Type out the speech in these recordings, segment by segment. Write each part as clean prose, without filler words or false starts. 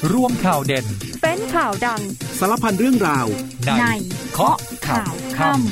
ร่วมข่าวเด่นเป็นข่าวดังสารพันเรื่องราวในเคาะข่าวค่ำ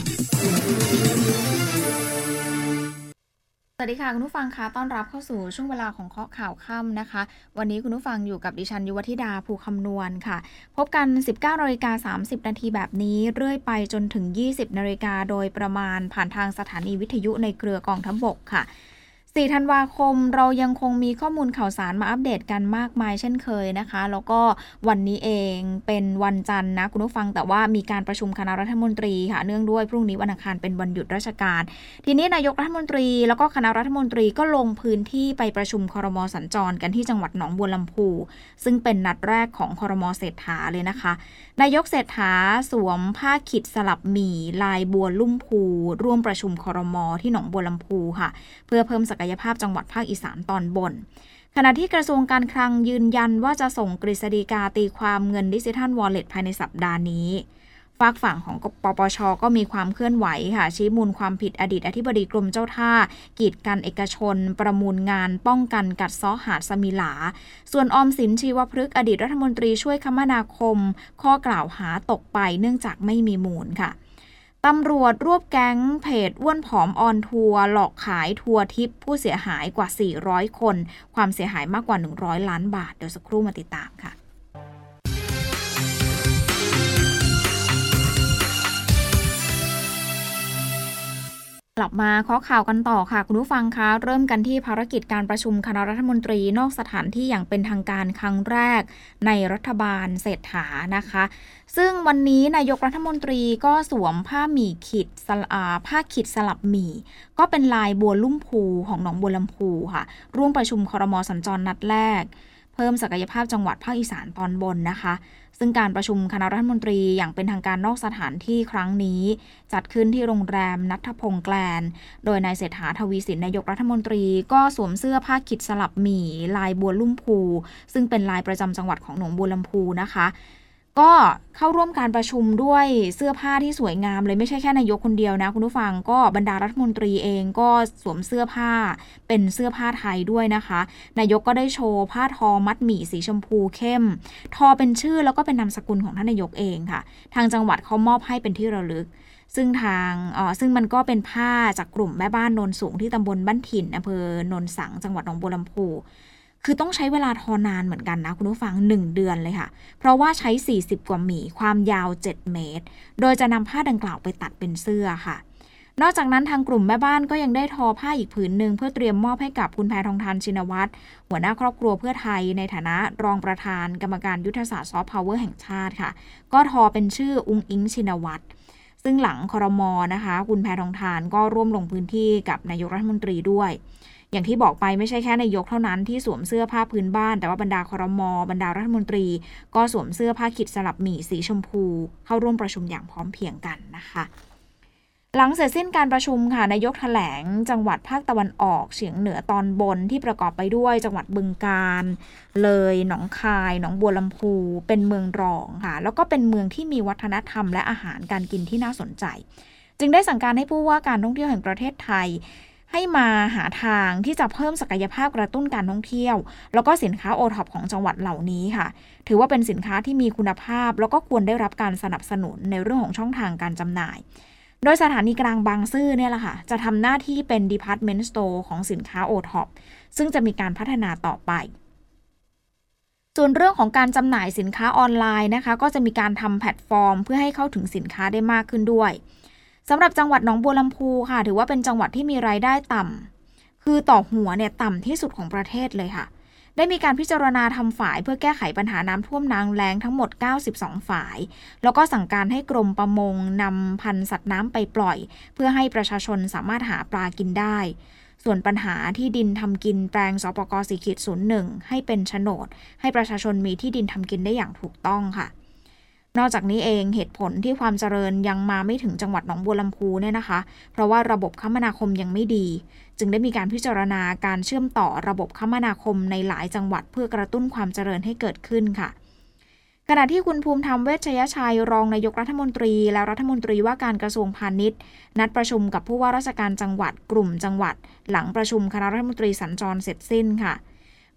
สวัสดีค่ะคุณผู้ฟังคะต้อนรับเข้าสู่ช่วงเวลาของเคาะข่าวค่ำนะคะวันนี้คุณผู้ฟังอยู่กับดิฉันยุวธิดาภูคำนวณค่ะพบกัน 19:30 นาทีแบบนี้เรื่อยไปจนถึง 20 นาฬิกาโดยประมาณผ่านทางสถานีวิทยุในเครือกองทัพบกค่ะ4 ธันวาคมเรายังคงมีข้อมูลข่าวสารมาอัปเดตกันมากมายเช่นเคยนะคะแล้วก็วันนี้เองเป็นวันจันทร์นะคุณผู้ฟังแต่ว่ามีการประชุมคณะรัฐมนตรีค่ะเนื่องด้วยพรุ่งนี้วันอังคารเป็นวันหยุดราชการทีนี้นายกรัฐมนตรีแล้วก็คณะรัฐมนตรีก็ลงพื้นที่ไปประชุมครม.สัญจรกันที่จังหวัดหนองบัวลำพูซึ่งเป็นนัดแรกของครม.เศรษฐาเลยนะคะนายกเศรษฐาสวมผ้าขิดสลับหมี่ลายบัวลุ่มพูร่วมประชุมครม.ที่หนองบัวลำพูค่ะเพื่อเพิ่มศักยภาพจังหวัดภาคอีสานตอนบนขณะที่กระทรวงการคลังยืนยันว่าจะส่งกฤษฎีกาตีความเงินดิจิทัลวอลเล็ตภายในสัปดาห์นี้ฝากฝั่งของปปช.ก็มีความเคลื่อนไหวค่ะชี้มูลความผิดอดีตอธิบดีกรมเจ้าท่ากีดกันเอกชนประมูลงานป้องกันกัดเซาะหาดสมิหลาส่วนออมสินชีวพฤกษ์อดีตรัฐมนตรีช่วยคมนาคมข้อกล่าวหาตกไปเนื่องจากไม่มีมูลค่ะตำรวจรวบแก๊งเพจอ้วนผอมออนทัวร์หลอกขายทัวร์ทิปผู้เสียหายกว่า400คนความเสียหายมากกว่า100ล้านบาทเดี๋ยวสักครู่มาติดตามค่ะกลับมาเคาะข่าวกันต่อค่ะคุณผู้ฟังคะเริ่มกันที่ภารกิจการประชุมคณะรัฐมนตรีนอกสถานที่อย่างเป็นทางการครั้งแรกในรัฐบาลเศรษฐานะคะซึ่งวันนี้นายกรัฐมนตรีก็สวมผ้าขิดสลับหมี่ก็เป็นลายบัวลุ่มพูของหนองบัวลำพูค่ะร่วมประชุมครม.สัญจรนัดแรกเพิ่มศักยภาพจังหวัดภาคอีสานตอนบนนะคะซึ่งการประชุมคณะรัฐมนตรีอย่างเป็นทางการนอกสถานที่ครั้งนี้จัดขึ้นที่โรงแรมณัฐพงษ์แกลนโดยนายเศรษฐาทวีสินนายกรัฐมนตรีก็สวมเสื้อผ้าขิดสลับหมี่ลายบัวลุ่มพูซึ่งเป็นลายประจำจังหวัดของหนองบัวลำพูนะคะก็เข้าร่วมการประชุมด้วยเสื้อผ้าที่สวยงามเลยไม่ใช่แค่นายกคนเดียวนะคุณผู้ฟังก็บรรดารัฐมนตรีเองก็สวมเสื้อผ้าเป็นเสื้อผ้าไทยด้วยนะคะนายกก็ได้โชว์ผ้าทอมัดหมี่สีชมพูเข้มทอเป็นชื่อแล้วก็เป็นนามสกุลของท่านนายกเองค่ะทางจังหวัดเขามอบให้เป็นที่ระลึกซึ่งมันก็เป็นผ้าจากกลุ่มแม่บ้านโนนสูงที่ตำบลบ้านถิ่นอำเภอโนนสังจังหวัดหนองบัวลำพูคือต้องใช้เวลาทอนานเหมือนกันนะคุณผู้ฟัง1 เดือนเลยค่ะเพราะว่าใช้40กว่าหมี่ความยาว7เมตรโดยจะนำผ้าดังกล่าวไปตัดเป็นเสื้อค่ะนอกจากนั้นทางกลุ่มแม่บ้านก็ยังได้ทอผ้าอีกผืนหนึ่งเพื่อเตรียมมอบให้กับคุณแพทองธารชินวัตรหัวหน้าครอบครัวเพื่อไทยในฐานะรองประธานกรรมการยุทธศาสตร์ซอฟต์พาวเวอร์แห่งชาติค่ะก็ทอเป็นชื่ออุ๊งอิ๊งชินวัตรซึ่งหลังครม.นะคะคุณแพทองธารก็ร่วมลงพื้นที่กับนายกรัฐมนตรีด้วยอย่างที่บอกไปไม่ใช่แค่นายกเท่านั้นที่สวมเสื้อผ้าพื้นบ้านแต่ว่าบรรดาครม.บรรดารัฐมนตรีก็สวมเสื้อผ้าขิดสลับหมี่สีชมพูเข้าร่วมประชุมอย่างพร้อมเพรียงกันนะคะหลังเสร็จสิ้นการประชุมค่ะนายกแถลงจังหวัดภาคตะวันออกเฉียงเหนือตอนบนที่ประกอบไปด้วยจังหวัดบึงกาฬเลยหนองคายหนองบัวลำพูเป็นเมืองรองค่ะแล้วก็เป็นเมืองที่มีวัฒนธรรมและอาหารการกินที่น่าสนใจจึงได้สั่งการให้ผู้ว่าการท่องเที่ยวแห่งประเทศไทยให้มาหาทางที่จะเพิ่มศักยภาพกระตุ้นการท่องเที่ยวแล้วก็สินค้าโอท็อปของจังหวัดเหล่านี้ค่ะถือว่าเป็นสินค้าที่มีคุณภาพแล้วก็ควรได้รับการสนับสนุนในเรื่องของช่องทางการจำหน่ายโดยสถานีกลางบางซื่อเนี่ยแหละค่ะจะทำหน้าที่เป็น Department Store ของสินค้าโอท็อปซึ่งจะมีการพัฒนาต่อไปส่วนเรื่องของการจำหน่ายสินค้าออนไลน์นะคะก็จะมีการทำแพลตฟอร์มเพื่อให้เข้าถึงสินค้าได้มากขึ้นด้วยสำหรับจังหวัดหนองบัวลำพูค่ะถือว่าเป็นจังหวัดที่มีรายได้ต่ำคือต่อหัวเนี่ยต่ำที่สุดของประเทศเลยค่ะได้มีการพิจารณาทำฝายเพื่อแก้ไขปัญหาน้ำท่วมนางแล้งทั้งหมด92ฝายแล้วก็สั่งการให้กรมประมงนำพันธุ์สัตว์น้ำไปปล่อยเพื่อให้ประชาชนสามารถหาปลากินได้ส่วนปัญหาที่ดินทำกินแปลงสปก.4-01ให้เป็นโฉนดให้ประชาชนมีที่ดินทำกินได้อย่างถูกต้องค่ะนอกจากนี้เองเหตุผลที่ความเจริญยังมาไม่ถึงจังหวัดหนองบัวลำพูเนี่ยนะคะเพราะว่าระบบคมนาคมยังไม่ดีจึงได้มีการพิจารณาการเชื่อมต่อระบบคมนาคมในหลายจังหวัดเพื่อกระตุ้นความเจริญให้เกิดขึ้นค่ะขณะที่คุณภูมิธรรมเวชยชัยรองนายกรัฐมนตรีและรัฐมนตรีว่าการกระทรวงพาณิชย์นัดประชุมกับผู้ว่าราชการจังหวัดกลุ่มจังหวัดหลังประชุมคณะรัฐมนตรีสัญจรเสร็จสิ้นค่ะ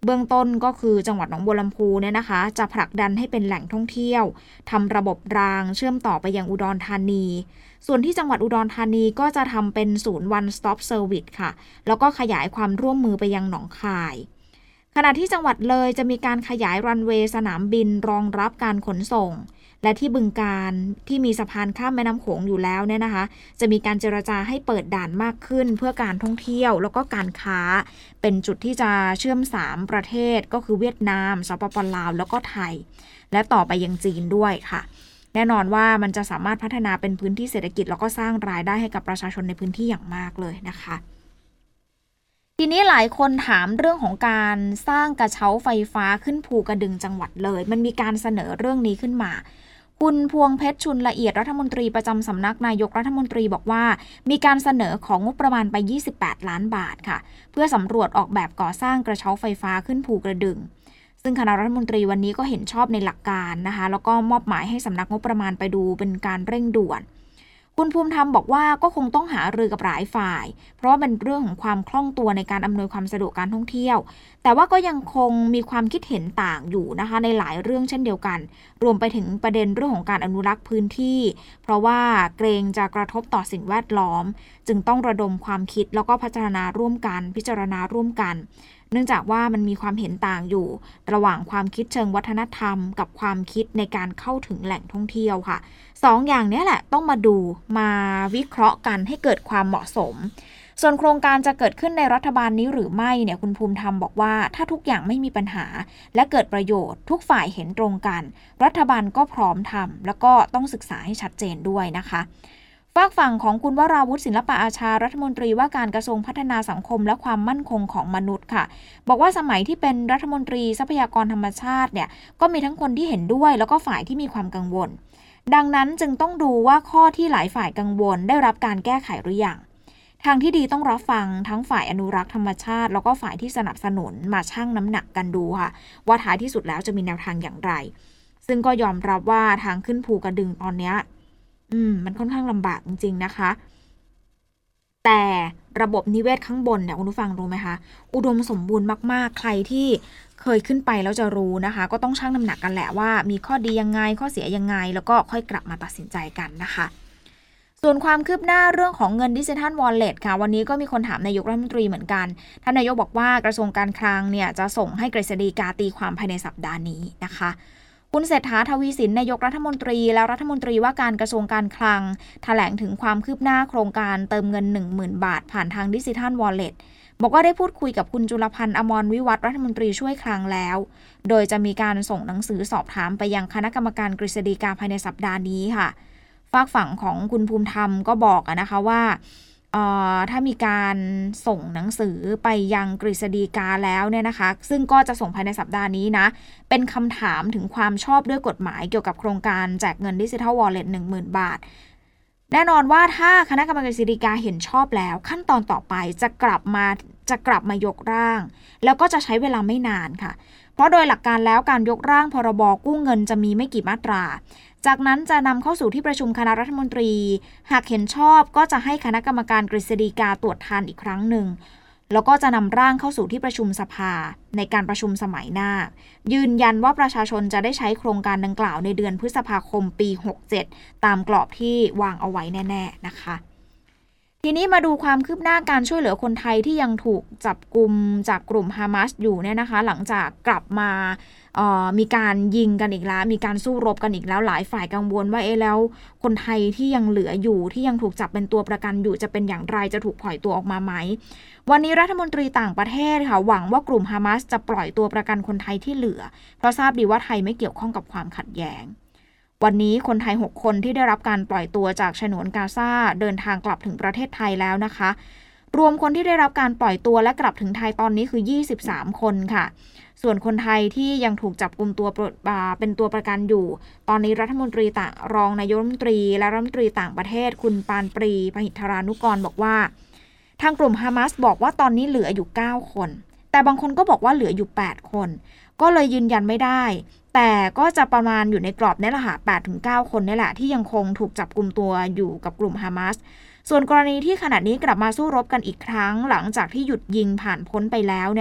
เบื้องต้นก็คือจังหวัดหนองบัวลำพูเนี่ยนะคะจะผลักดันให้เป็นแหล่งท่องเที่ยวทำระบบรางเชื่อมต่อไปยังอุดรธานีส่วนที่จังหวัดอุดรธานีก็จะทำเป็นศูนย์ One Stop Service ค่ะแล้วก็ขยายความร่วมมือไปยังหนองคายขณะที่จังหวัดเลยจะมีการขยายรันเวย์สนามบินรองรับการขนส่งและที่บึงกาฬที่มีสะพานข้ามแม่น้ำโขงอยู่แล้วเนี่ยนะคะจะมีการเจรจาให้เปิดด่านมากขึ้นเพื่อการท่องเที่ยวแล้วก็การค้าเป็นจุดที่จะเชื่อม3ประเทศก็คือเวียดนามสปป.ลาวแล้วก็ไทยและต่อไปยังจีนด้วยค่ะแน่นอนว่ามันจะสามารถพัฒนาเป็นพื้นที่เศรษฐกิจแล้วก็สร้างรายได้ให้กับประชาชนในพื้นที่อย่างมากเลยนะคะทีนี้หลายคนถามเรื่องของการสร้างกระเช้าไฟฟ้าขึ้นภูกระดึงจังหวัดเลยมันมีการเสนอเรื่องนี้ขึ้นมาคุณพวงเพชรชุนละเอียดรัฐมนตรีประจำสำนักนายกรัฐมนตรีบอกว่ามีการเสนอของงบประมาณไป28ล้านบาทค่ะเพื่อสำรวจออกแบบก่อสร้างกระเช้าไฟฟ้าขึ้นภูกระดึงซึ่งคณะรัฐมนตรีวันนี้ก็เห็นชอบในหลักการนะคะแล้วก็มอบหมายให้สำนักงบประมาณไปดูเป็นการเร่งด่วนคุณภูมิธรรมบอกว่าก็คงต้องหารือกับหลายฝ่ายเพราะว่าเป็นเรื่องของความคล่องตัวในการอำนวยความสะดวกการท่องเที่ยวแต่ว่าก็ยังคงมีความคิดเห็นต่างอยู่นะคะในหลายเรื่องเช่นเดียวกันรวมไปถึงประเด็นเรื่องของการอนุรักษ์พื้นที่เพราะว่าเกรงจะกระทบต่อสิ่งแวดล้อมจึงต้องระดมความคิดแล้วก็พิจารณาร่วมกันเนื่องจากว่ามันมีความเห็นต่างอยู่ระหว่างความคิดเชิงวัฒนธรรมกับความคิดในการเข้าถึงแหล่งท่องเที่ยวค่ะ2 อย่างนี้แหละต้องมาดูมาวิเคราะห์กันให้เกิดความเหมาะสมส่วนโครงการจะเกิดขึ้นในรัฐบาลนี้หรือไม่เนี่ยคุณภูมิธรรมบอกว่าถ้าทุกอย่างไม่มีปัญหาและเกิดประโยชน์ทุกฝ่ายเห็นตรงกันรัฐบาลก็พร้อมทำแล้วก็ต้องศึกษาให้ชัดเจนด้วยนะคะฝากฝั่งของคุณวราวุฒิศิลปอาชารัฐมนตรีว่าการกระทรวงพัฒนาสังคมและความมั่นคงของมนุษย์ค่ะบอกว่าสมัยที่เป็นรัฐมนตรีทรัพยากรธรรมชาติเนี่ยก็มีทั้งคนที่เห็นด้วยแล้วก็ฝ่ายที่มีความกังวลดังนั้นจึงต้องดูว่าข้อที่หลายฝ่ายกังวลได้รับการแก้ไขหรือยังทางที่ดีต้องรับฟังทั้งฝ่ายอนุรักษ์ธรรมชาติแล้วก็ฝ่ายที่สนับสนุนมาชั่งน้ำหนักกันดูค่ะว่าท้ายที่สุดแล้วจะมีแนวทางอย่างไรซึ่งก็ยอมรับว่าทางขึ้นภูกระดึงตอนนี้มันค่อนข้างลำบากจริงๆนะคะแต่ระบบนิเวศข้างบนเนี่ยคุณผู้ฟังรู้ไหมคะอุดมสมบูรณ์มากๆใครที่เคยขึ้นไปแล้วจะรู้นะคะก็ต้องชั่งน้ำหนักกันแหละว่ามีข้อดียังไงข้อเสียยังไงแล้วก็ค่อยกลับมาตัดสินใจกันนะคะส่วนความคืบหน้าเรื่องของเงินดิจิทัลวอลเล็ตค่ะวันนี้ก็มีคนถามนายกรัฐมนตรีเหมือนกันท่านนายกบอกว่ากระทรวงการคลังเนี่ยจะส่งให้กฤษฎีกาตีความภายในสัปดาห์นี้นะคะคุณเศรษฐา ทวีสินนายกรัฐมนตรีและรัฐมนตรีว่าการกระทรวงการคลังแถลงถึงความคืบหน้าโครงการเติมเงิน 10,000 บาทผ่านทางดิจิทัลวอลเล็ตบอกว่าได้พูดคุยกับคุณจุลพันธ์ อมรวิวัฒน์รัฐมนตรีช่วยคลังแล้วโดยจะมีการส่งหนังสือสอบถามไปยังคณะกรรมการกฤษฎีกาภายในสัปดาห์นี้ค่ะฝากฝั่งของคุณภูมิธรรมก็บอกนะคะว่าถ้ามีการส่งหนังสือไปยังกฤษฎีกาแล้วเนี่ยนะคะซึ่งก็จะส่งภายในสัปดาห์นี้นะเป็นคำถามถึงความชอบด้วยกฎหมายเกี่ยวกับโครงการแจกเงินดิจิทัลวอลเล็ต 10,000 บาทแน่นอนว่าถ้าคณะกรรมการกฤษฎีกาเห็นชอบแล้วขั้นตอนต่อไปจะกลับมายกร่างแล้วก็จะใช้เวลาไม่นานค่ะเพราะโดยหลักการแล้วการยกร่างพรบกู้เงินจะมีไม่กี่มาตราจากนั้นจะนำเข้าสู่ที่ประชุมคณะรัฐมนตรีหากเห็นชอบก็จะให้คณะกรรมการกฤษฎีกาตรวจทานอีกครั้งหนึ่งแล้วก็จะนำร่างเข้าสู่ที่ประชุมสภาในการประชุมสมัยหน้ายืนยันว่าประชาชนจะได้ใช้โครงการดังกล่าวในเดือนพฤษภาคมปี67ตามกรอบที่วางเอาไว้แน่ๆนะคะทีนี้มาดูความคืบหน้าการช่วยเหลือคนไทยที่ยังถูกจับกุมจากกลุ่มฮามาสอยู่เนี่ยนะคะหลังจากกลับมามีการยิงกันอีกแล้วมีการสู้รบกันอีกแล้วหลายฝ่ายกังวลว่าแล้วคนไทยที่ยังเหลืออยู่ที่ยังถูกจับเป็นตัวประกันอยู่จะเป็นอย่างไรจะถูกปล่อยตัวออกมาไหมวันนี้รัฐมนตรีต่างประเทศค่ะหวังว่ากลุ่มฮามาสจะปล่อยตัวประกันคนไทยที่เหลือเพราะทราบดีว่าไทยไม่เกี่ยวข้องกับความขัดแย้งวันนี้คนไทย6คนที่ได้รับการปล่อยตัวจากฉนวนกาซาเดินทางกลับถึงประเทศไทยแล้วนะคะรวมคนที่ได้รับการปล่อยตัวและกลับถึงไทยตอนนี้คือ23คนค่ะส่วนคนไทยที่ยังถูกจับกุมตัวเป็นตัวประกันอยู่ตอนนี้รัฐมนตรีรองนายกรัฐมนตรีและรัฐมนตรีต่างประเทศคุณปานปรีพหิทรานุกรบอกว่าทางกลุ่มฮามาสบอกว่าตอนนี้เหลืออยู่9คนแต่บางคนก็บอกว่าเหลืออยู่8คนก็เลยยืนยันไม่ได้แต่ก็จะประมาณอยู่ในกรอบนี้แหละค่ะ 8-9 คนนี่แหละที่ยังคงถูกจับกุมตัวอยู่กับกลุ่มฮามาสส่วนกรณีที่ขณะนี้กลับมาสู้รบกันอีกครั้งหลังจากที่หยุดยิงผ่านพ้นไปแล้วเนี่ย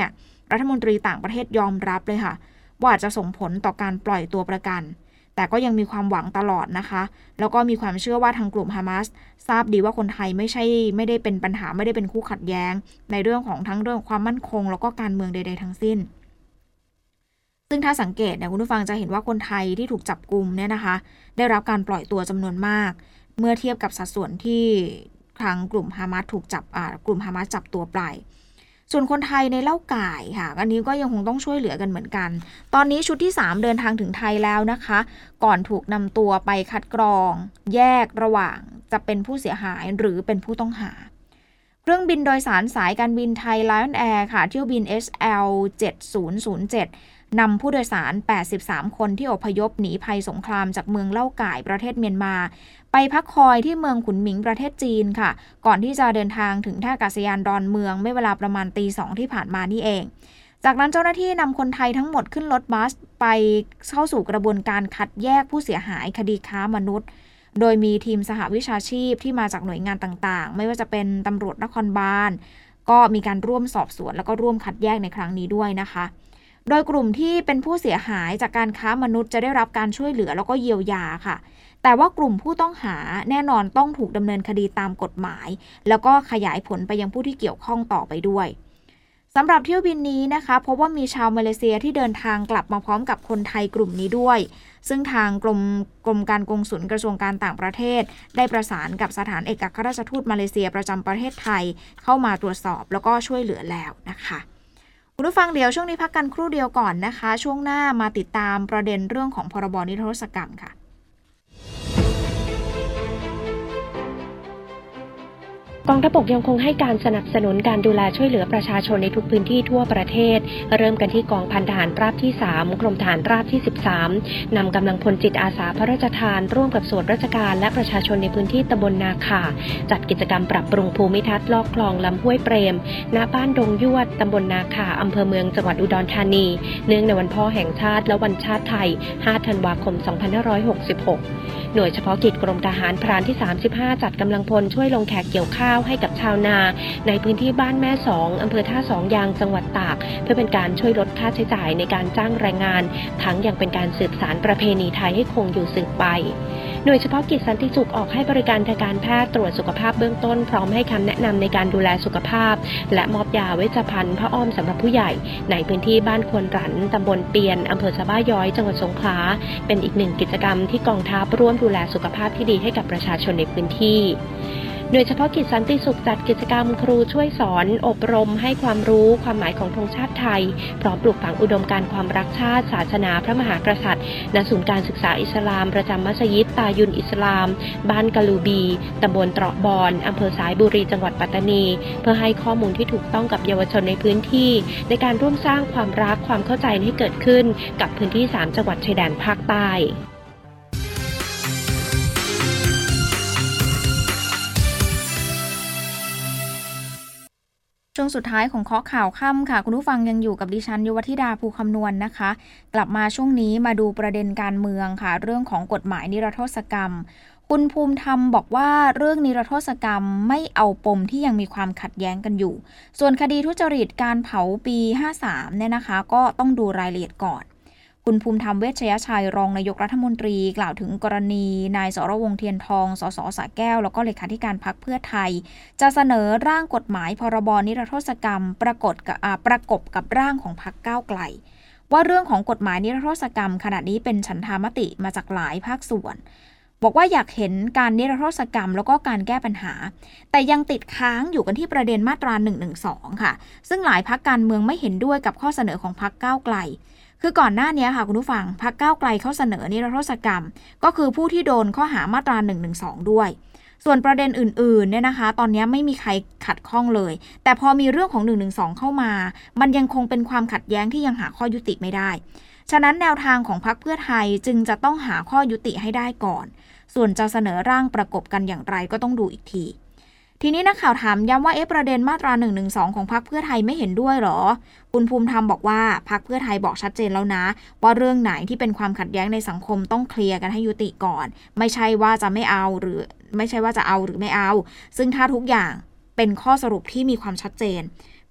รัฐมนตรีต่างประเทศยอมรับเลยค่ะว่าจะส่งผลต่อการปล่อยตัวประกันแต่ก็ยังมีความหวังตลอดนะคะแล้วก็มีความเชื่อว่าทางกลุ่มฮามาสทราบดีว่าคนไทยไม่ได้เป็นปัญหาไม่ได้เป็นคู่ขัดแย้งในเรื่องของทั้งเรื่องความมั่นคงแล้วก็การเมืองใดๆทั้งสิ้นซึ่งถ้าสังเกตเนี่ยคุณผู้ฟังจะเห็นว่าคนไทยที่ถูกจับกุมเนี่ยนะคะได้รับการปล่อยตัวจำนวนมากเมื่อเทียบกับสัดส่วนที่ทางกลุ่มฮามาสถูกจับกลุ่มฮามาสจับตัวไปส่วนคนไทยในเล่าก่ายค่ะอันนี้ก็ยังคงต้องช่วยเหลือกันเหมือนกันตอนนี้ชุดที่3เดินทางถึงไทยแล้วนะคะก่อนถูกนำตัวไปคัดกรองแยกระหว่างจะเป็นผู้เสียหายหรือเป็นผู้ต้องหาเครื่องบินโดยสารสายการบินไทย Lion Air ค่ะเที่ยวบิน SL 7007นำผู้โดยสาร83คนที่อพยพหนีภัยสงครามจากเมืองเล่าก่ายประเทศเมียนมาไปพักคอยที่เมืองขุนหมิงประเทศจีนค่ะก่อนที่จะเดินทางถึงท่าอากาศยานดอนเมืองเมื่อเวลาประมาณตี 2ที่ผ่านมานี่เองจากนั้นเจ้าหน้าที่นำคนไทยทั้งหมดขึ้นรถบัสไปเข้าสู่กระบวนการคัดแยกผู้เสียหายคดีค้ามนุษย์โดยมีทีมสหวิชาชีพที่มาจากหน่วยงานต่างๆไม่ว่าจะเป็นตำรวจนครบาลก็มีการร่วมสอบสวนแล้วก็ร่วมคัดแยกในครั้งนี้ด้วยนะคะโดยกลุ่มที่เป็นผู้เสียหายจากการค้ามนุษย์จะได้รับการช่วยเหลือแล้วก็เยียวยาค่ะแต่ว่ากลุ่มผู้ต้องหาแน่นอนต้องถูกดำเนินคดีตามกฎหมายแล้วก็ขยายผลไปยังผู้ที่เกี่ยวข้องต่อไปด้วยสำหรับเที่ยวบินนี้นะคะพบว่ามีชาวมาเลเซียที่เดินทางกลับมาพร้อมกับคนไทยกลุ่มนี้ด้วยซึ่งทางกรมการกงสุลกระทรวงการต่างประเทศได้ประสานกับสถานเอกอัครราชทูตมาเลเซียประจำประเทศไทยเข้ามาตรวจสอบแล้วก็ช่วยเหลือแล้วนะคะคุณผู้ฟังเดี๋ยวช่วงนี้พักกันครู่เดียวก่อนนะคะช่วงหน้ามาติดตามประเด็นเรื่องของพรบนิรโทษกรรมค่ะกองทัพบกยังคงให้การสนับสนุนการดูแลช่วยเหลือประชาชนในทุกพื้นที่ทั่วประเทศเริ่มกันที่กองพันทหารราบที่3กรมทหารราบที่13นำกำลังพลจิตอาสาพระราชทานร่วมกับส่วนราชการและประชาชนในพื้นที่ตำบลนาข่าจัดกิจกรรมปรับปรุงภูมิทัศน์ลอกคลองลำห้วยเปรมณบ้านดงยวดตำบลนาข่าอำเภอเมืองจังหวัดอุดรธานีเนื่องในวันพ่อแห่งชาติและวันชาติไทย5ธันวาคม2566หน่วยเฉพาะกิจกรมทหารพรานที่35จัดกำลังพลช่วยลงแขกเกี่ยวข้าวให้กับชาวนาในพื้นที่บ้านแม่สองอำเภอท่าสองยางจังหวัดตากเพื่อเป็นการช่วยลดค่าใช้จ่ายในการจ้างแรงงานทั้งยังเป็นการสืบสานประเพณีไทยให้คงอยู่สืบไปหน่วยเฉพาะกิจสันติสุขออกให้บริการทางการแพทย์ตรวจสุขภาพเบื้องต้นพร้อมให้คำแนะนำในการดูแลสุขภาพและมอบยาเวชภัณฑ์ผ้าอ้อมสำหรับผู้ใหญ่ในพื้นที่บ้านควนรันตำบลเปียนอำเภอสะบ้าย้อยจังหวัดสงขลาเป็นอีกหนึ่งกิจกรรมที่กองทัพร่วมดูแลสุขภาพที่ดีให้กับประชาชนในพื้นที่หน่วยเฉพาะกิจสันติสุขจัดกิจกรรมครูช่วยสอนอบรมให้ความรู้ความหมายของธงชาติไทยพร้อมปลูกฝังอุดมการณ์ความรักชาติศาสนาพระมหากษัตริย์ณศูนย์การศึกษาอิสลามประจำมัสยิดตายุนอิสลามบ้านกะลูบีตำบลตระบอนอำเภอสายบุรีจังหวัดปัตตานีเพื่อให้ข้อมูลที่ถูกต้องกับเยาวชนในพื้นที่ในการร่วมสร้างความรักความเข้าใจให้เกิดขึ้นกับพื้นที่3จังหวัดชายแดนภาคใต้ช่วงสุดท้ายของเคาะข่าวค่ำค่ะคุณผู้ฟังยังอยู่กับดิฉันยุวธิดาภูคำนวณนะคะกลับมาช่วงนี้มาดูประเด็นการเมืองค่ะเรื่องของกฎหมายนิรโทษกรรมคุณภูมิธรรมบอกว่าเรื่องนิรโทษกรรมไม่เอาปมที่ยังมีความขัดแย้งกันอยู่ส่วนคดีทุจริตการเผาปี53เนี่ยนะคะก็ต้องดูรายละเอียดก่อนคุณภูมิธรรมเวชยชัยรองนายกรัฐมนตรีกล่าวถึงกรณีนายสรวงศ์เทียนทองสสสระแก้วแล้วก็เลขาธิการพรรคเพื่อไทยจะเสนอร่างกฎหมายพรบนิรโทษกรรมประกบกับร่างของพรรคก้าวไกลว่าเรื่องของกฎหมายนิรโทษกรรมขณะนี้เป็นฉันทามติมาจากหลายภาคส่วนบอกว่าอยากเห็นการนิรโทษกรรมแล้วก็การแก้ปัญหาแต่ยังติดค้างอยู่กันที่ประเด็นมาตรา112ค่ะซึ่งหลายพรรคการเมืองไม่เห็นด้วยกับข้อเสนอของพรรคก้าวไกลคือก่อนหน้านี้ค่ะคุณผู้ฟังพรรคก้าวไกลเขาเสนอนิรโทษกรรมก็คือผู้ที่โดนข้อหามาตรา112ด้วยส่วนประเด็นอื่นๆเนี่ยนะคะตอนนี้ไม่มีใครขัดข้องเลยแต่พอมีเรื่องของ112เข้ามามันยังคงเป็นความขัดแย้งที่ยังหาข้อยุติไม่ได้ฉะนั้นแนวทางของพรรคเพื่อไทยจึงจะต้องหาข้อยุติให้ได้ก่อนส่วนจะเสนอร่างประกบกันอย่างไรก็ต้องดูอีกทีนี้นักข่าวถามย้ำว่าประเด็นมาตรา112ของพรรคเพื่อไทยไม่เห็นด้วยหรอคุณภูมิธรรมบอกว่าพรรคเพื่อไทยบอกชัดเจนแล้วนะว่าเรื่องไหนที่เป็นความขัดแย้งในสังคมต้องเคลียร์กันให้ยุติก่อนไม่ใช่ว่าจะไม่เอาหรือไม่ใช่ว่าจะเอาหรือไม่เอาซึ่งถ้าทุกอย่างเป็นข้อสรุปที่มีความชัดเจน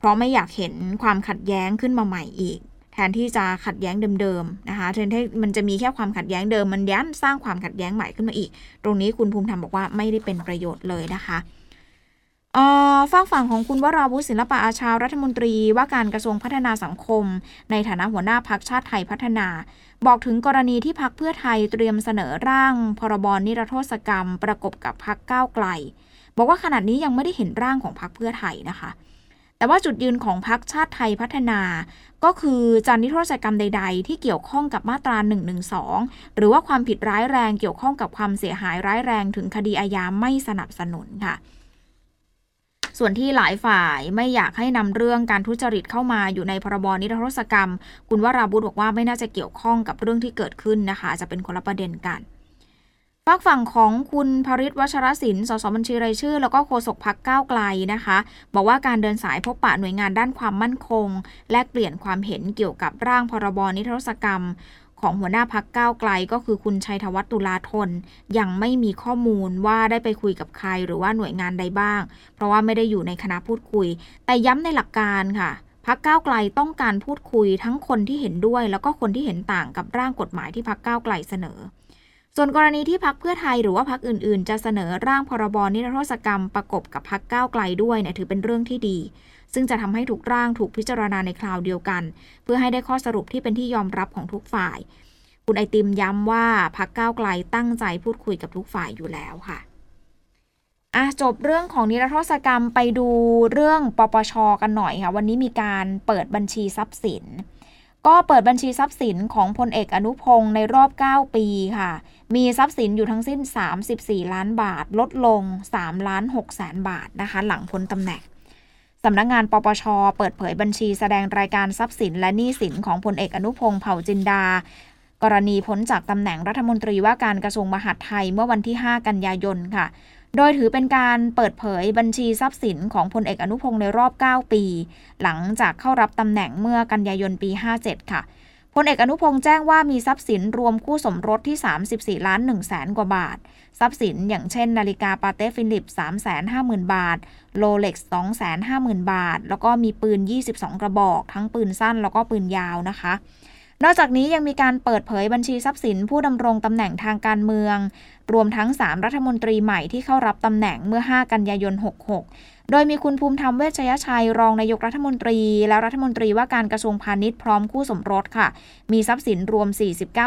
ราะไม่อยากเห็นความขัดแย้งขึ้นมาใหม่อีกแทนที่จะขัดแย้งเดิมๆนะคะแทนที่มันจะมีแค่ความขัดแย้งเดิมมันย้ำสร้างความขัดแย้งใหม่ขึ้นมาอีกตรงนี้คุณภูมิธรรมบอกว่าไม่ได้เป็นประโยชน์เลยนะคะฝากฝั่งของคุณวราวุฒิศิลปะอาชารัฐมนตรีว่าการกระทรวงพัฒนาสังคมในฐานะหัวหน้าพรรคชาติไทยพัฒนาบอกถึงกรณีที่พรรคเพื่อไทยเตรียมเสนอร่างพรบนิรโทษกรรมประกบกับพรรคก้าวไกลบอกว่าขณะนี้ยังไม่ได้เห็นร่างของพรรคเพื่อไทยนะคะแต่ว่าจุดยืนของพรรคชาติไทยพัฒนาก็คือจะนิรโทษกรรมใดๆที่เกี่ยวข้องกับมาตรา112หรือว่าความผิดร้ายแรงเกี่ยวข้องกับความเสียหายร้ายแรงถึงคดีอาญาไม่สนับสนุนค่ะส่วนที่หลายฝ่ายไม่อยากให้นำเรื่องการทุจริตเข้ามาอยู่ในพรบนิรโทษกรรมคุณวราวุฒิบอกว่าไม่น่าจะเกี่ยวข้องกับเรื่องที่เกิดขึ้นนะคะจะเป็นคนละประเด็นกันฝากฝั่งของคุณภริษฐ์ วัชรศิลป์ สสบัญชีรายชื่อแล้วก็โฆษกพรรคก้าวไกลนะคะบอกว่าการเดินสายพบปะหน่วยงานด้านความมั่นคงแลกเปลี่ยนความเห็นเกี่ยวกับร่างพรบนิรโทษกรรมของหัวหน้าพรรคก้าวไกลก็คือคุณชัยธวัฒน์ ตุลาธนยังไม่มีข้อมูลว่าได้ไปคุยกับใครหรือว่าหน่วยงานใดบ้างเพราะว่าไม่ได้อยู่ในคณะพูดคุยแต่ย้ำในหลักการค่ะพรรคก้าวไกลต้องการพูดคุยทั้งคนที่เห็นด้วยแล้วก็คนที่เห็นต่างกับร่างกฎหมายที่พรรคก้าวไกลเสนอส่วนกรณีที่พรรคเพื่อไทยหรือว่าพรรคอื่นๆจะเสนอร่างพรบนิรโทษกรรมประกบกับพรรคก้าวไกลด้วยเนี่ยถือเป็นเรื่องที่ดีซึ่งจะทำให้ทุกร่างถูกพิจารณาในคราวเดียวกันเพื่อให้ได้ข้อสรุปที่เป็นที่ยอมรับของทุกฝ่ายคุณไอติมย้ำว่าพรรคก้าวไกลตั้งใจพูดคุยกับทุกฝ่ายอยู่แล้วค่ะจบเรื่องของนิรโทษกรรมไปดูเรื่องปปช.กันหน่อยค่ะวันนี้มีการเปิดบัญชีทรัพย์สินก็เปิดบัญชีทรัพย์สินของพลเอกอนุพงศ์ในรอบ9ปีค่ะมีทรัพย์สินอยู่ทั้งสิ้น34ล้านบาทลดลง3ล้าน6แสนบาทนะคะหลังพ้นตำแหน่งสำนักงานปปช.เปิดเผยบัญชีแสดงรายการทรัพย์สินและหนี้สินของพลเอกอนุพงศ์เผ่าจินดากรณีพ้นจากตำแหน่งรัฐมนตรีว่าการกระทรวงมหาดไทยเมื่อวันที่5กันยายนค่ะโดยถือเป็นการเปิดเผยบัญชีทรัพย์สินของพลเอกอนุพงศ์ในรอบ9ปีหลังจากเข้ารับตำแหน่งเมื่อกันยายนปี57ค่ะพลเอกอนุพงศ์แจ้งว่ามีทรัพย์สินรวมคู่สมรสที่34ล้าน1แสนกว่าบาททรัพย์สินอย่างเช่นนาฬิกาปาเต้ฟิลิป 350,000 บาทโรเล็กซ์ 250,000 บาทแล้วก็มีปืน22กระบอกทั้งปืนสั้นแล้วก็ปืนยาวนะคะนอกจากนี้ยังมีการเปิดเผยบัญชีทรัพย์สินผู้ดำรงตำแหน่งทางการเมืองรวมทั้ง3รัฐมนตรีใหม่ที่เข้ารับตำแหน่งเมื่อ5กันยายน66โดยมีคุณภูมิธรรมเวชยชัยรองนายกรัฐมนตรีและรัฐมนตรีว่าการกระทรวงพาณิชย์พร้อมคู่สมรสค่ะมีทรัพย์สินรวม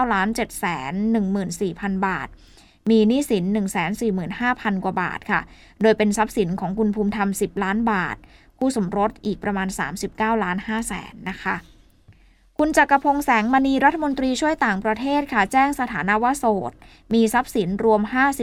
49,714,000 บาทมีหนี้สิน 145,000 กว่าบาทค่ะโดยเป็นทรัพย์สินของคุณภูมิธรรม10ล้านบาทคู่สมรสอีกประมาณ39ล้าน5แสนนะคะคุณจักรพงษ์แสงมณีรัฐมนตรีช่วยต่างประเทศค่ะแจ้งสถานะว่าโสดมีทรัพย์สินรวม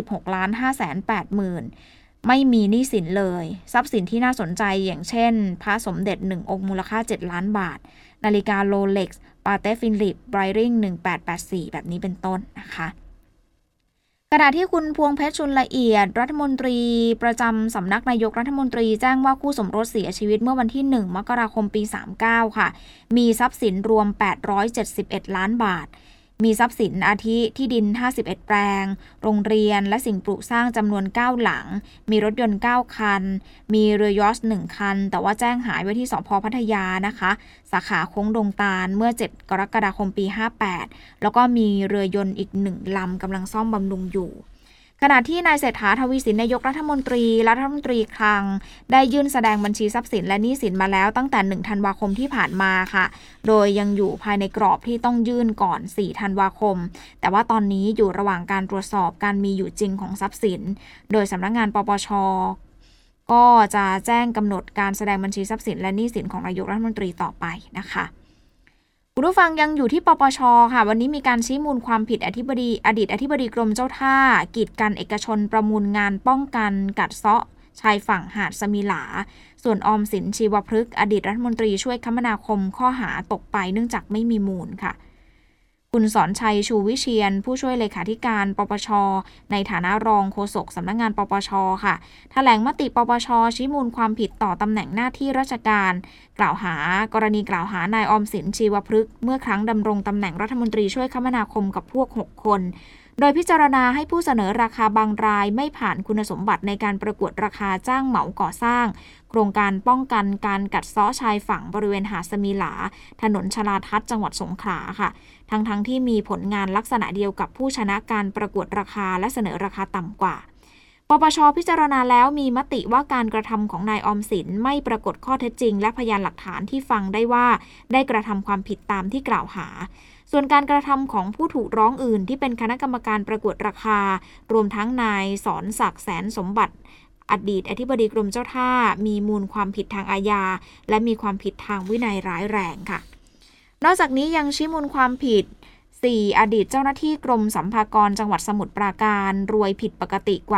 56,580,000 ไม่มีหนี้สินเลยทรัพย์สินที่น่าสนใจอย่างเช่นพระสมเด็จ1องค์มูลค่า7ล้านบาทนาฬิกาโรเล็กซ์ปาเต้ฟิลิปไบริง1884แบบนี้เป็นต้นนะคะขณะที่คุณพวงเพชรชุนละเอียดรัฐมนตรีประจำสำนักนายกรัฐมนตรีแจ้งว่าคู่สมรสเสียชีวิตเมื่อวันที่1มกราคมปี39ค่ะมีทรัพย์สินรวม871ล้านบาทมีทรัพย์สินอาทิที่ดิน51แปลงโรงเรียนและสิ่งปลูกสร้างจำนวน9หลังมีรถยนต์9คันมีเรือยอชต์1คันแต่ว่าแจ้งหายไว้ที่สภ.พัทยานะคะสาขาโค้งดงตาลเมื่อ7กรกฎาคมปี58แล้วก็มีเรือยนต์อีก1ลำกำลังซ่อมบำรุงอยู่ขณะที่นายเศรษฐา ทวีสินนายกรัฐมนตรีและรัฐมนตรีคลังได้ยื่นแสดงบัญชีทรัพย์สินและหนี้สินมาแล้วตั้งแต่1ธันวาคมที่ผ่านมาค่ะโดยยังอยู่ภายในกรอบที่ต้องยื่นก่อน4ธันวาคมแต่ว่าตอนนี้อยู่ระหว่างการตรวจสอบการมีอยู่จริงของทรัพย์สินโดยสำนักงานปปช.ก็จะแจ้งกำหนดการแสดงบัญชีทรัพย์สินและหนี้สินของนายกรัฐมนตรีต่อไปนะคะคุณผู้ฟังยังอยู่ที่ปปช.ค่ะวันนี้มีการชี้มูลความผิดอดีตอธิบดีกรมเจ้าท่ากีดกันเอกชนประมูลงานป้องกันกัดเซาะชายฝั่งหาดสมิหลาส่วนออมสินชีวพฤกษ์อดีตรัฐมนตรีช่วยคมนาคมข้อหาตกไปเนื่องจากไม่มีมูลค่ะคุณสอนชัยชูวิเชียรผู้ช่วยเลขาธิการปปชในฐานะรองโฆษกสำนักงานปปชค่ะแถลงมติปปชชี้มูลความผิดต่อตำแหน่งหน้าที่ราชการกล่าวหากรณีกล่าวหานายออมสินชีวพฤกษ์เมื่อครั้งดำรงตำแหน่งรัฐมนตรีช่วยคมนาคมกับพวก6คนโดยพิจารณาให้ผู้เสนอราคาบางรายไม่ผ่านคุณสมบัติในการประกวดราคาจ้างเหมาก่อสร้างโครงการป้องกันการกัดเซาะชายฝั่งบริเวณหาดสมีหลาถนนชลาทัศน์จังหวัดสงขลาค่ะทั้งที่มีผลงานลักษณะเดียวกับผู้ชนะการประกวดราคาและเสนอราคาต่ำกว่าปปช.พิจารณาแล้วมีมติว่าการกระทำของนายออมสินไม่ปรากฏข้อเท็จจริงและพยานหลักฐานที่ฟังได้ว่าได้กระทำความผิดตามที่กล่าวหาส่วนการกระทำของผู้ถูกร้องอื่นที่เป็นคณะกรรมการประกวดราคารวมทั้งนายสอนศักดิ์แสนสมบัติอดีตอธิบดีกรมเจ้าท่ามีมูลความผิดทางอาญาและมีความผิดทางวินัยร้ายแรงค่ะนอกจากนี้ยังชี้มูลความผิด4อดีตเจ้าหน้าที่กรมสรรพากรจังหวัดสมุทรปราการรวยผิดปกติกว่า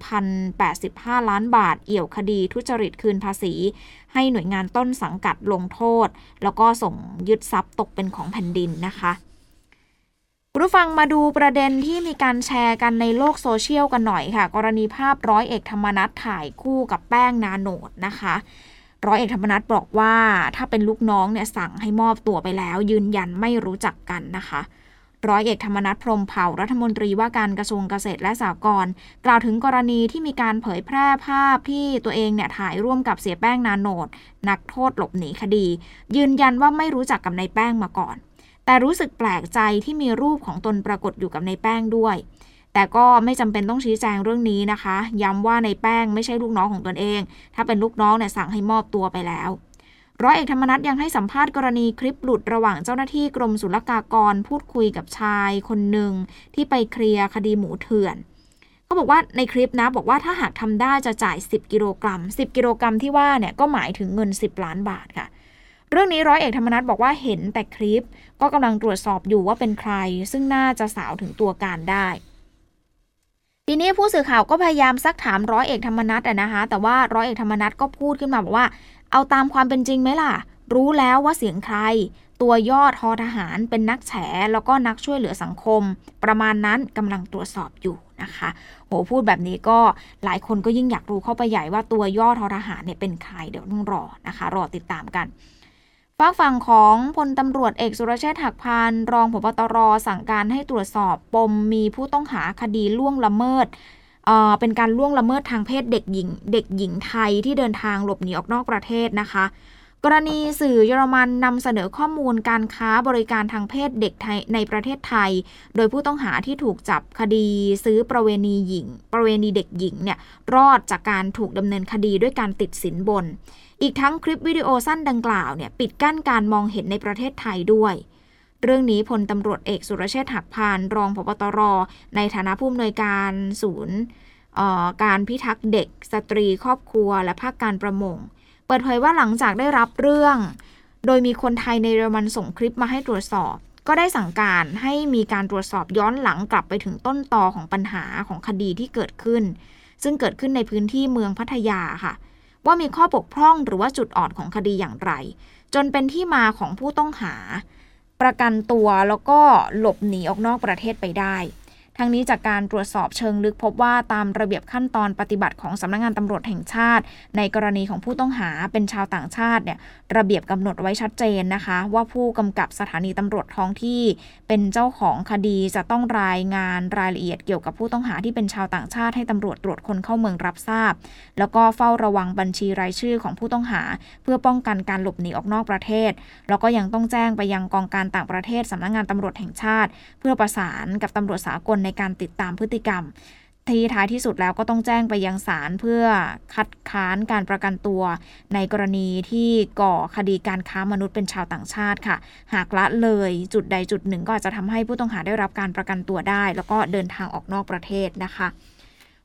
2,085 ล้านบาทเอี่ยวคดีทุจริตคืนภาษีให้หน่วยงานต้นสังกัดลงโทษแล้วก็ส่งยึดทรัพย์ตกเป็นของแผ่นดินนะคะคุณผู้ฟังมาดูประเด็นที่มีการแชร์กันในโลกโซเชียลกันหน่อยค่ะกรณีภาพร้อยเอกธรรมนัสถ่ายคู่กับแป้งนาโนตนะคะร้อยเอกธรรมนัสบอกว่าถ้าเป็นลูกน้องเนี่ยสั่งให้มอบตัวไปแล้วยืนยันไม่รู้จักกันนะคะร้อยเอกธรรมนัสพรหมเผ่ารัฐมนตรีว่าการกระทรวงเกษตรและสหกรณ์กล่าวถึงกรณีที่มีการเผยแพร่ภาพที่ตัวเองเนี่ยถ่ายร่วมกับเสียแป้งนาโนตนักโทษหลบหนีคดียืนยันว่าไม่รู้จักกับนายแป้งมาก่อนแต่รู้สึกแปลกใจที่มีรูปของตนปรากฏอยู่กับนายแป้งด้วยแต่ก็ไม่จำเป็นต้องชี้แจงเรื่องนี้นะคะย้ำว่านายแป้งไม่ใช่ลูกน้องของตนเองถ้าเป็นลูกน้องเนี่ยสั่งให้มอบตัวไปแล้วร้อยเอกธรรมนัสยังให้สัมภาษณ์กรณีคลิปหลุดระหว่างเจ้าหน้าที่กรมศุลกากรพูดคุยกับชายคนหนึ่งที่ไปเคลียร์คดีหมูเถื่อนเขาบอกว่าในคลิปนะบอกว่าถ้าหากทำได้จะจ่าย10 กิโลกรัม10 กิโลกรัมที่ว่าเนี่ยก็หมายถึงเงิน10 ล้านบาทค่ะเรื่องนี้ร้อยเอกธรรมนัสบอกว่าเห็นแต่คลิปก็กำลังตรวจสอบอยู่ว่าเป็นใครซึ่งน่าจะสาวถึงตัวการได้ทีนี้ผู้สื่อข่าวก็พยายามซักถามร้อยเอกธรรมนัสนะคะแต่ว่าร้อยเอกธรรมนัสก็พูดขึ้นมาบอกว่าเอาตามความเป็นจริงไหมล่ะรู้แล้วว่าเสียงใครตัวยอดททหารเป็นนักแฉแล้วก็นักช่วยเหลือสังคมประมาณนั้นกำลังตรวจสอบอยู่นะคะโหพูดแบบนี้ก็หลายคนก็ยิ่งอยากรู้เข้าไปใหญ่ว่าตัวยอดททหารเนี่ยเป็นใครเดี๋ยวต้องรอนะคะรอติดตามกันฝากฝั่งของพลตำรวจเอกสุรเชษฐ์หักพานรองผบ.ตร.สั่งการให้ตรวจสอบปมมีผู้ต้องหาคดีล่วงละเมิดเป็นการล่วงละเมิดทางเพศเด็กหญิงไทยที่เดินทางหลบหนีออกนอกประเทศนะคะกรณีสื่อเยอรมันนำเสนอข้อมูลการค้าบริการทางเพศเด็กในประเทศไทยโดยผู้ต้องหาที่ถูกจับคดีซื้อประเวณีเด็กหญิงเนี่ยรอดจากการถูกดำเนินคดีด้วยการติดสินบนอีกทั้งคลิปวิดีโอสั้นดังกล่าวเนี่ยปิดกั้นการมองเห็นในประเทศไทยด้วยเรื่องนี้พลตำรวจเอกสุรเชษฐ์หักพานรองผบ.ตร.ในฐานะผู้อำนวยการศูนย์การพิทักษ์เด็กสตรีครอบครัวและภาคการประมงเปิดเผยว่าหลังจากได้รับเรื่องโดยมีคนไทยในเยอรมันส่งคลิปมาให้ตรวจสอบก็ได้สั่งการให้มีการตรวจสอบย้อนหลังกลับไปถึงต้นตอของปัญหาของคดีที่เกิดขึ้นซึ่งเกิดขึ้นในพื้นที่เมืองพัทยาค่ะว่ามีข้อบกพร่องหรือว่าจุดอ่อนของคดีอย่างไรจนเป็นที่มาของผู้ต้องหาประกันตัวแล้วก็หลบหนีออกนอกประเทศไปได้ทั้งนี้จากการตรวจสอบเชิงลึกพบว่าตามระเบียบขั้นตอนปฏิบัติของสำนักงานตำรวจแห่งชาติในกรณีของผู้ต้องหาเป็นชาวต่างชาติเนี่ยระเบียบกำหนดไว้ชัดเจนนะคะว่าผู้กำกับสถานีตำรวจท้องที่เป็นเจ้าของคดีจะต้องรายงานรายละเอียดเกี่ยวกับผู้ต้องหาที่เป็นชาวต่างชาติให้ตำรวจตรวจคนเข้าเมืองรับทราบแล้วก็เฝ้าระวังบัญชีรายชื่อของผู้ต้องหาเพื่อป้องกันการหลบหนีออกนอกประเทศแล้วก็ยังต้องแจ้งไปยังกองการต่างประเทศสำนักงานตำรวจแห่งชาติเพื่อประสานกับตำรวจสากลในการติดตามพฤติกรรมที่ท้ายที่สุดแล้วก็ต้องแจ้งไปยังศาลเพื่อคัดค้านการประกันตัวในกรณีที่ก่อคดีการค้ามนุษย์เป็นชาวต่างชาติค่ะหากละเลยจุดใดจุดหนึ่งก็อาจจะทำให้ผู้ต้องหาได้รับการประกันตัวได้แล้วก็เดินทางออกนอกประเทศนะคะ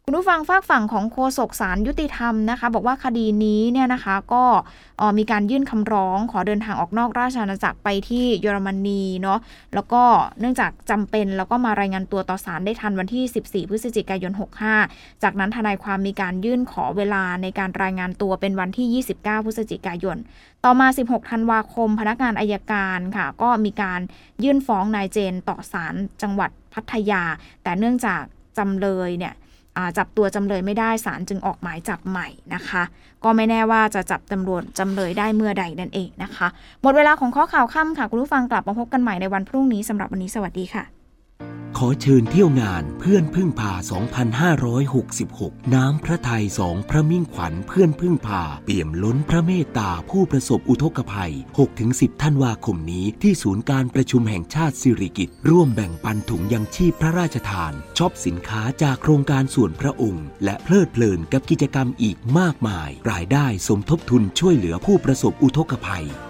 คุณผู้ฟังฝากฝั่งของโฆษกศาลยุติธรรมนะคะบอกว่าคดีนี้เนี่ยนะคะก็มีการยื่นคำร้องขอเดินทางออกนอกราชอาณาจักรไปที่เยอรมนีเนาะแล้วก็เนื่องจากจำเป็นแล้วก็มารายงานตัวต่อศาลได้ทันวันที่14พฤศจิกายน65จากนั้นทนายความมีการยื่นขอเวลาในการรายงานตัวเป็นวันที่29พฤศจิกายนต่อมา16ธันวาคมพนักงานอัยการค่ะก็มีการยื่นฟ้องนายเจนต่อศาลจังหวัดพัทยาแต่เนื่องจากจำเลยเนี่ยจับตัวจำเลยไม่ได้ศาลจึงออกหมายจับใหม่นะคะก็ไม่แน่ว่าจะจับจำเลยได้เมื่อใดนั่นเองนะคะหมดเวลาของข้อข่าวค่ำค่ะคุณผู้ฟังกลับมาพบกันใหม่ในวันพรุ่งนี้สำหรับวันนี้สวัสดีค่ะขอเชิญเที่ยวงานเพื่อนพึ่งพา 2566 น้ำพระทัย2 พระมิ่งขวัญเพื่อนพึ่งพาเปี่ยมล้นพระเมตตาผู้ประสบอุทกภัย 6-10 ธันวาคมนี้ที่ศูนย์การประชุมแห่งชาติสิริกิติ์ร่วมแบ่งปันถุงยังชีพพระราชทานช็อปสินค้าจากโครงการส่วนพระองค์และเพลิดเพลินกับกิจกรรมอีกมากมายรายได้สมทบทุนช่วยเหลือผู้ประสบอุทกภัย